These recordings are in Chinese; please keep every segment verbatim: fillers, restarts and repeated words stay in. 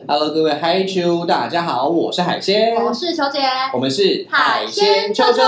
Hello， 各位嗨秋，大家好，我是海鲜， 我是球姐， 我们是海鲜秋秋。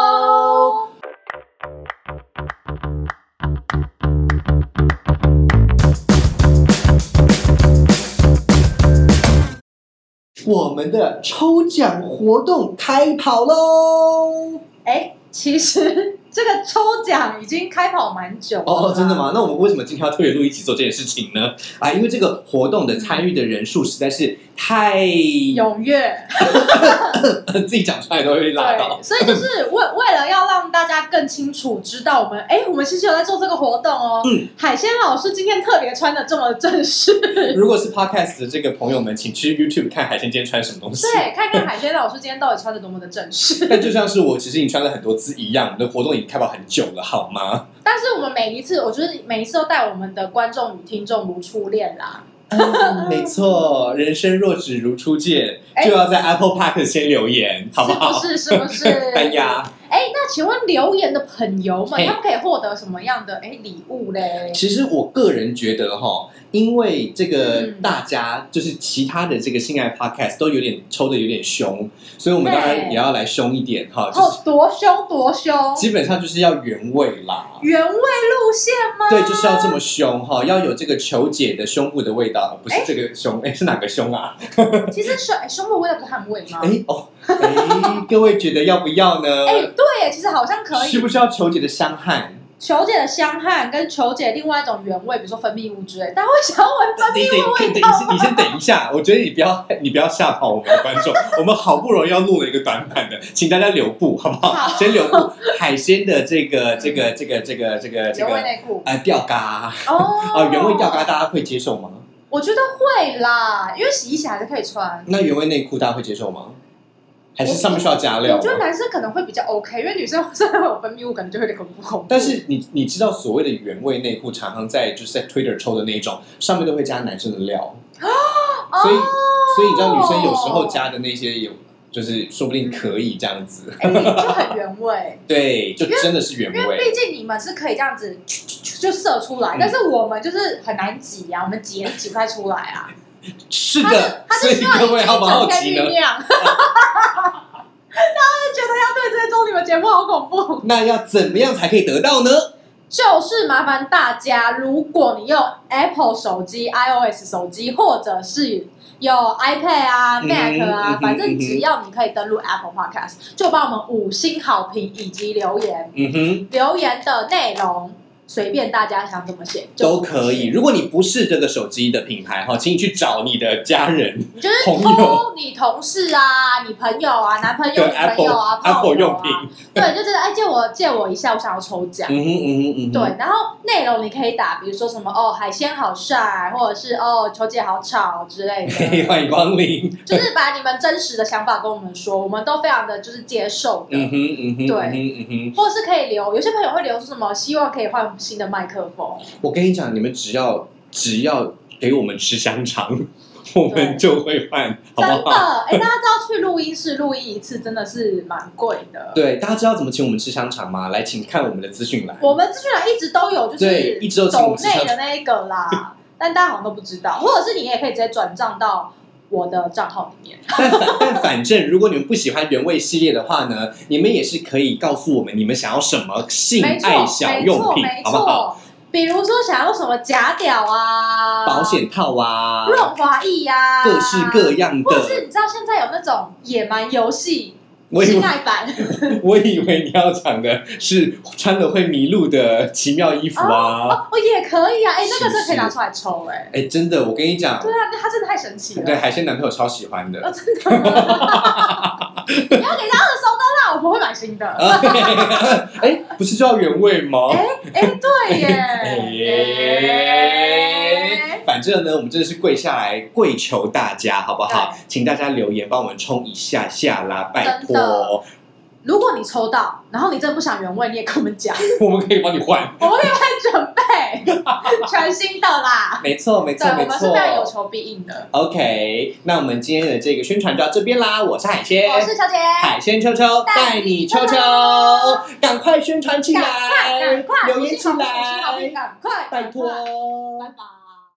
我们的抽奖活动开跑喽！ 哎，其实这个抽奖已经开跑蛮久了。 哦，真的吗？那我们为什么今天要特别录一起做这件事情呢？啊，因为这个活动的参与的人数实在是太踊跃， 自己讲出来都会拉到。 所以就是为为了要让大家更清楚知道我们，哎，我们其实有在做这个活动哦。嗯，海鲜老师今天特别穿的这么正式。 如果是 podcast 的这个朋友们，请去 YouTube 看海鲜今天穿什么东西。 对，看看海鲜老师今天到底穿的多么的正式。 但就像是我其实已经穿了很多次一样，我们的活动已经开跑很久了，好吗？ 但是我们每一次，我觉得每一次都带我们的观众与听众如初恋啦。 嗯、没错，人生若只如初见，就要在 Apple Park 先留言，好不好？ 是不是？是不是？ 单压。 哎，那请问留言的朋友们，他们可以获得什么样的哎礼物嘞？ 其实我个人觉得哈，因为这个大家就是其他的这个性爱 podcast 都有点抽的有点凶，所以我们当然也要来凶一点哈。 哦，多凶多凶！ 基本上就是要原味啦， 原味路线吗？ 对，就是要这么凶哈，要有这个球姐的胸部的味道，不是这个胸，哎，是哪个胸啊？ 其实胸胸部味道不是汗味吗？ 哎哦，哎，各位觉得要不要呢？ 哎，对，其实好像可以。 需不需要球姐的香汗？ 球姐的香汗跟球姐另外一种原味，比如说分泌物之类，大家会想要闻分泌物味道吗？ 你先等一下，我觉得你不要你不要吓跑我们的观众，我们好不容易要录了一个短版的，请大家留步好不好？好，先留步。海鲜的这个这个这个这个这个这个原味内裤， 呃吊嘎哦， 啊原味吊嘎大家会接受吗？ 我觉得会啦，因为洗一洗还是可以穿。 那原味内裤大家会接受吗？还是上面需要加料？ 我觉得男生可能会比较 OK， 因为女生身上会有分泌物，可能就会有点恐怖恐怖。 但是你你知道所谓的原味内裤，常常在就是在 Twitter 抽的那种，上面都会加男生的料，所以、哦、所以你知道女生有时候加的那些有，就是说不定可以这样子， 哎、欸，就很原味。 对，就真的是原味。 因为毕竟你们是可以这样子就射出来，嗯、但是我们就是很难挤啊，我们挤也挤不太出来啊。 是的，所以各位好不好奇呢？大家就觉得要对追踪你们节目好恐怖。 那要怎么样才可以得到呢？ 就是麻烦大家，如果你用 Apple 手机、iOS 手机，或者是有 iPad 啊、嗯、Mac 啊、嗯，反正只要你可以登录 Apple Podcast， 就帮我们五星好评以及留言。嗯哼，留言的内容随便大家想怎么写都可以。如果你不是这个手机的品牌哈，请你去找你的家人、 就是朋友、你同事啊、你朋友啊、男朋友、女朋友啊、 Apple 用品， 对，就是哎借我借我一下，我想要抽奖。嗯哼嗯哼嗯哼。对，然后内容你可以打，比如说什么哦海鲜好帅，或者是哦球姐好吵之类的。 欢迎光临。 就是把你们真实的想法跟我们说，我们都非常的就是接受的。嗯哼嗯哼。对，嗯哼。或者是可以留，有些朋友会留出什么希望可以换新的麦克风。 我跟你讲，你们只要只要给我们吃香肠，我们就会换，好不好？ 真的，哎、欸，大家知道去录音室录音一次真的是蛮贵的。 对，大家知道怎么请我们吃香肠吗？来，请看我们的资讯栏。 我们资讯栏一直都有，就是对，一直都抖内的那一个啦，但大家好像都不知道，或者是你也可以直接转账到我的账号里面。 但反但反正，如果你们不喜欢原味系列的话呢，你们也是可以告诉我们你们想要什么性爱小用品，好不好？ 比如说想要什么假屌啊、 保险套啊、 润滑液啊， 各式各样的。 或者是你知道现在有那种野蛮游戏。性爱版， 我以为你要讲的是穿了会迷路的奇妙衣服啊！ 哦，哦也可以啊！哎，那个是可以拿出来抽哎！ 哎，真的，我跟你讲， 对啊，它真的太神奇了。 对，海鲜男朋友超喜欢的。 哦，真的吗？你要给他二手的啦，我不会买新的。 哎，不是就要原味吗？ 哎哎，对耶！ 哎，反正呢，我们真的是跪下来跪求大家，好不好？请大家留言帮我们冲一下下啦，拜托。 如果你抽到，然后你真的不想原味，你也跟我们讲， 我们可以帮你换， 我们可以帮你准备全新的啦。 没错，没错，没错， 我们是非常有求必应的。 OK， 那我们今天的这个宣传就到这边啦。我是海鲜， 我是球姐， 海鲜秋秋带你秋秋，赶快宣传起来， 赶快， 留言起来， 赶快， 拜托， 拜拜。